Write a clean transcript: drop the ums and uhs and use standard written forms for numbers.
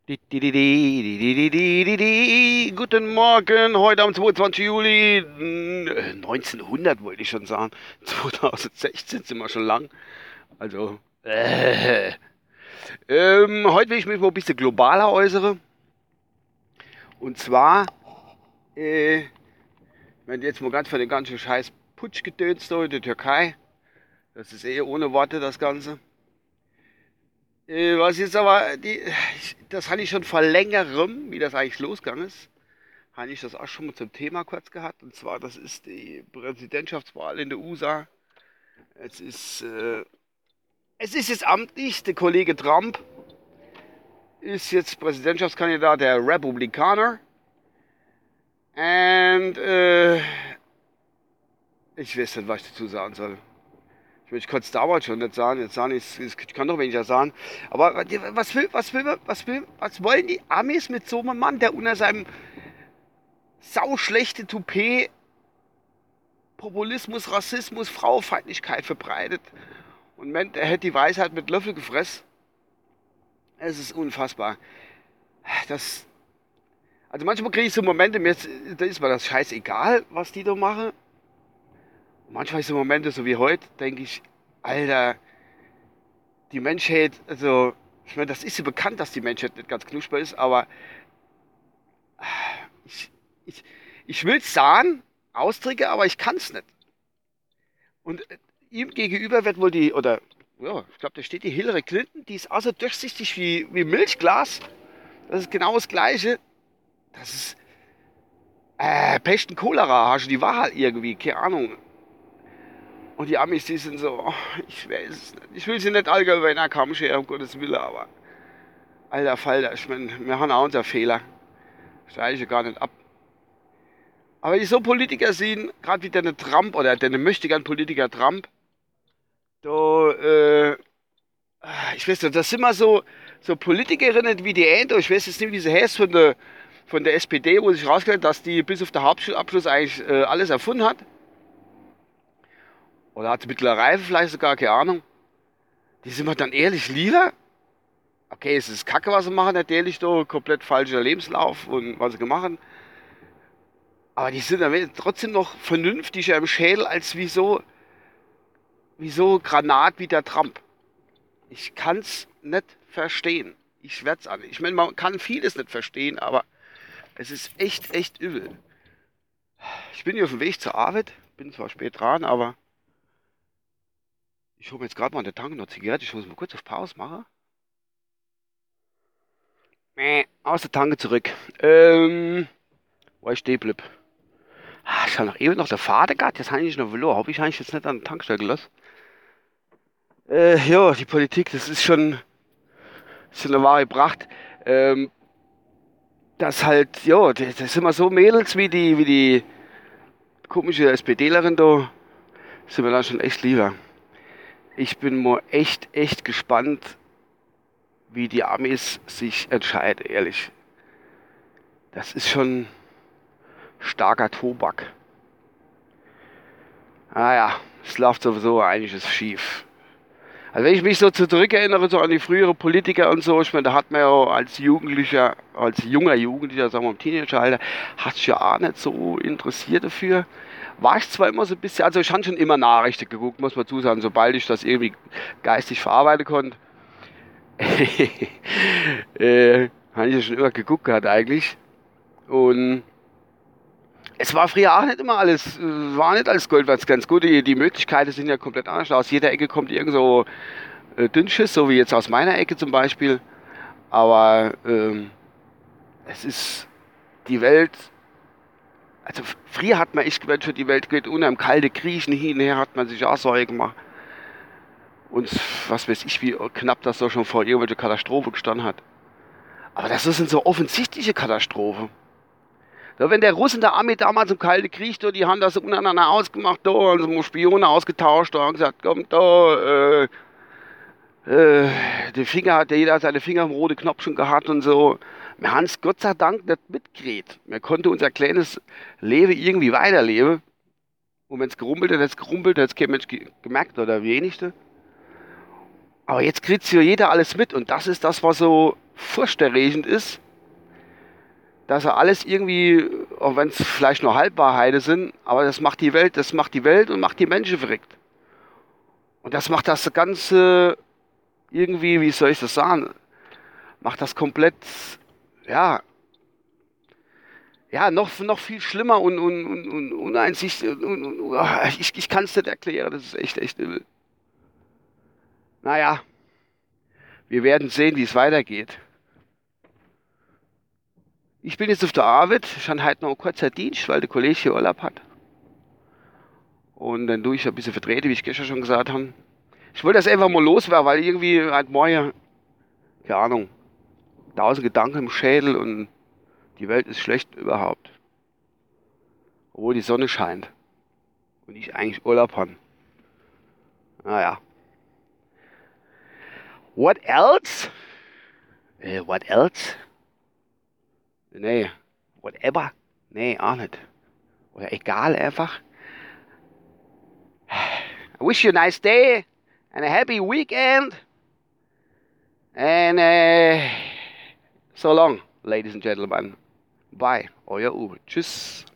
Guten Morgen, heute am 22. Juli 1900 wollte ich schon sagen. 2016 sind wir schon lang. Also, heute will ich mich mal ein bisschen globaler äußere. Und zwar, wenn jetzt mal ganz von den ganzen scheiß Putschgedöns da in der Türkei, das ist eh ohne Worte das Ganze. Was jetzt aber, das habe ich schon vor längerem, wie das eigentlich losgegangen ist, habe ich das auch schon mal zum Thema kurz gehabt. Und zwar, das ist die Präsidentschaftswahl in den USA. Es ist, äh, es ist jetzt amtlich, der Kollege Trump ist jetzt Präsidentschaftskandidat der Republikaner. Und ich weiß nicht, was ich dazu sagen soll. Ich konnte es damals schon nicht sagen, jetzt sagen ich kann doch weniger sagen. Aber was wollen die Amis mit so einem Mann, der unter seinem sauschlechte Toupet Populismus, Rassismus, Frauenfeindlichkeit verbreitet? Und meint, er hätte die Weisheit mit Löffel gefressen. Es ist unfassbar. Das, also manchmal kriege ich so Momente, da ist mir das scheißegal, was die da machen. Und manchmal so Momente, so wie heute, denke ich, Alter, die Menschheit, also, ich meine, das ist ja bekannt, dass die Menschheit nicht ganz knusper ist, aber ich, ich, ich will es sagen, ausdrücke, aber ich kann es nicht. Und ihm gegenüber wird wohl oder, ja, ich glaube, da steht die Hillary Clinton, die ist also durchsichtig wie Milchglas. Das ist genau das Gleiche. Das ist, Pest und Cholera, hast du die Wahl irgendwie, keine Ahnung. Und die Amis, die sind so, oh, ich weiß es nicht. Ich will sie nicht allgemein in Kamm scheren, um Gottes Willen, aber alter Falter, ich meine, wir haben auch unser Fehler. Streite ich gar nicht ab. Aber wenn ich so Politiker sehe, gerade wie der Trump oder der möchte gern Politiker Trump, da, ich weiß nicht, das sind mal so Politikerinnen wie die Ente, ich weiß jetzt nicht, wie sie heißt, von der SPD, wo sich rausgestellt hat, dass die bis auf den Hauptschulabschluss eigentlich alles erfunden hat. Oder hat sie mittlere Reife vielleicht sogar, keine Ahnung. Die sind mir dann ehrlich lieber. Okay, es ist Kacke, was sie machen, natürlich, da komplett falscher Lebenslauf und was sie gemacht haben. Aber die sind dann trotzdem noch vernünftiger im Schädel als wie so Granat wie der Trump. Ich kann's nicht verstehen. Ich werd's an. Ich meine, man kann vieles nicht verstehen, aber es ist echt, echt übel. Ich bin hier auf dem Weg zur Arbeit, bin zwar spät dran, aber ich hole mir jetzt gerade mal an der Tanke noch Zigarette. Ich muss mal kurz auf Pause machen. Aus der Tanke zurück. Wo ich stehen bleib. Ich habe noch eben noch der Vater gehabt, jetzt habe ich noch verloren. Hoffe ich, habe ich jetzt nicht an der Tankstelle gelassen. Ja, die Politik, das ist eine wahre Pracht. Ähm, Das halt, ja, das sind immer so Mädels wie die komische SPDlerin da, sind wir dann schon echt lieber. Ich bin mal echt, echt gespannt, wie die Amis sich entscheiden, ehrlich. Das ist schon starker Tobak. Naja, es läuft sowieso einiges schief. Also wenn ich mich so zurückerinnere, so an die frühere Politiker und so, ich meine, da hat man ja als Jugendlicher, als junger Jugendlicher, sagen wir im Teenageralter, hat sich ja auch nicht so interessiert dafür. War ich zwar immer so ein bisschen, also ich habe schon immer Nachrichten geguckt, muss man zusagen, sobald ich das irgendwie geistig verarbeiten konnte. Habe ich ja schon immer geguckt gehabt eigentlich. Und es war früher auch nicht immer alles, war nicht alles Gold, was ganz gut. Die Möglichkeiten sind ja komplett anders. Aus jeder Ecke kommt irgend so Dünnschiss, so wie jetzt aus meiner Ecke zum Beispiel. Aber es ist die Welt, also früher hat man echt gemeint, die Welt geht unter im kalte Kriechen hin und her, hat man sich auch Sorgen gemacht. Und was weiß ich, wie knapp das doch schon vor irgendwelche Katastrophe gestanden hat. Aber das sind so offensichtliche Katastrophen. Ja, wenn der Russen der Armee damals im Kalten Krieg, da, die haben das so untereinander ausgemacht, da, und so Spione ausgetauscht, da, und gesagt, komm, da, der Finger hat, jeder hat seine Finger im roten Knopf schon gehabt und so. Wir haben es Gott sei Dank nicht mitgekriegt. Wir konnten unser kleines Leben irgendwie weiterleben. Und wenn es gerumpelt hat, hätte es kein Mensch gemerkt oder wenigste. Aber jetzt kriegt ja jeder alles mit und das ist das, was so furchterregend ist, dass er alles irgendwie, auch wenn es vielleicht nur Halbwahrheiten sind, aber das macht die Welt und macht die Menschen verrückt. Und das macht das Ganze irgendwie, wie soll ich das sagen, macht das komplett, ja, ja, noch viel schlimmer und uneinsichtig. Ich kann es nicht erklären, das ist echt übel. Naja, wir werden sehen, wie es weitergeht. Ich bin jetzt auf der Arbeit, ich habe heute noch ein kurzer Dienst, weil der Kollege hier Urlaub hat. Und dann tue ich ein bisschen vertreten, wie ich gestern schon gesagt habe. Ich wollte das einfach mal loswerden, weil irgendwie halt morgen, keine Ahnung, 1000 Gedanken im Schädel und die Welt ist schlecht überhaupt. Obwohl die Sonne scheint und ich eigentlich Urlaub habe. Naja. What else? What else? Nee. Whatever? Nee, auch nicht. Oder egal einfach. I wish you a nice day and a happy weekend. And so long, ladies and gentlemen. Bye. Euer Uwe. Tschüss.